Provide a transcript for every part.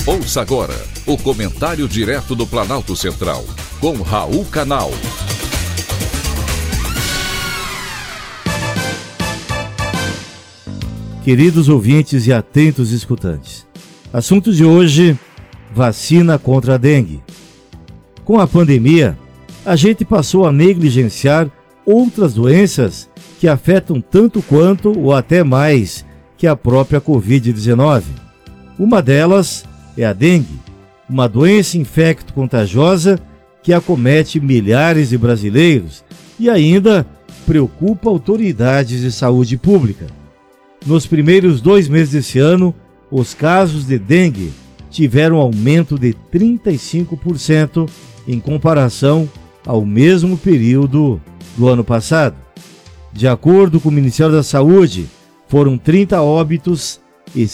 Ouça agora o comentário direto do Planalto Central, com Raul Canal. Queridos ouvintes e atentos escutantes, assunto de hoje: vacina contra a dengue. Com a pandemia, a gente passou a negligenciar outras doenças que afetam tanto quanto ou até mais que a própria Covid-19. Uma delas é a dengue, uma doença infecto-contagiosa que acomete milhares de brasileiros e ainda preocupa autoridades de saúde pública. Nos primeiros 2 meses desse ano, os casos de dengue tiveram aumento de 35% em comparação ao mesmo período do ano passado. De acordo com o Ministério da Saúde, foram 30 óbitos e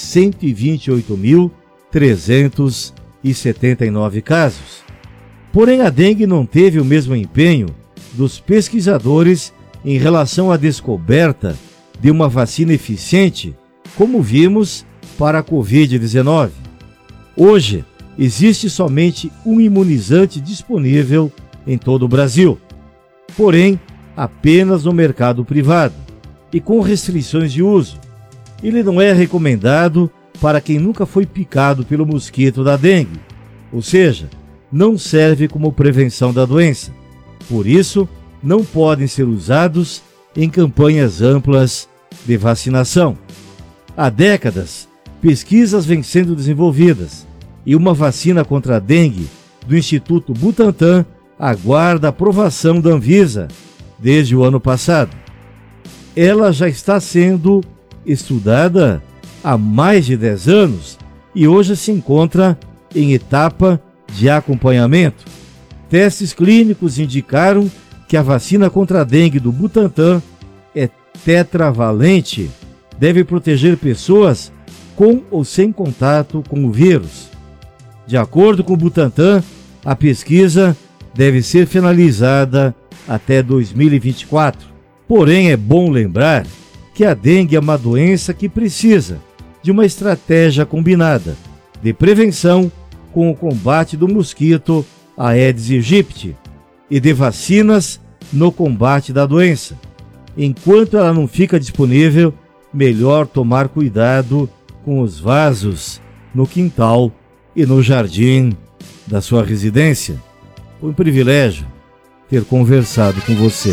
128.379 casos. Porém, a dengue não teve o mesmo empenho dos pesquisadores em relação à descoberta de uma vacina eficiente, como vimos para a Covid-19. Hoje, existe somente um imunizante disponível em todo o Brasil, porém, apenas no mercado privado e com restrições de uso. Ele não é recomendado para quem nunca foi picado pelo mosquito da dengue, ou seja, não serve como prevenção da doença. Por isso, não podem ser usados em campanhas amplas de vacinação. Há décadas, pesquisas vêm sendo desenvolvidas e uma vacina contra a dengue do Instituto Butantan aguarda aprovação da Anvisa desde o ano passado. Ela já está sendo estudada há mais de 10 anos e hoje se encontra em etapa de acompanhamento. Testes clínicos indicaram que a vacina contra a dengue do Butantan é tetravalente, deve proteger pessoas com ou sem contato com o vírus. De acordo com o Butantan, a pesquisa deve ser finalizada até 2024. Porém, é bom lembrar que a dengue é uma doença que precisa de uma estratégia combinada de prevenção com o combate do mosquito Aedes aegypti e de vacinas no combate da doença. Enquanto ela não fica disponível, melhor tomar cuidado com os vasos no quintal e no jardim da sua residência. Foi um privilégio ter conversado com você.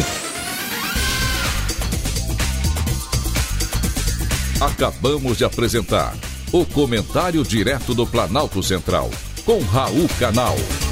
Acabamos de apresentar o comentário direto do Planalto Central, com Raul Canal.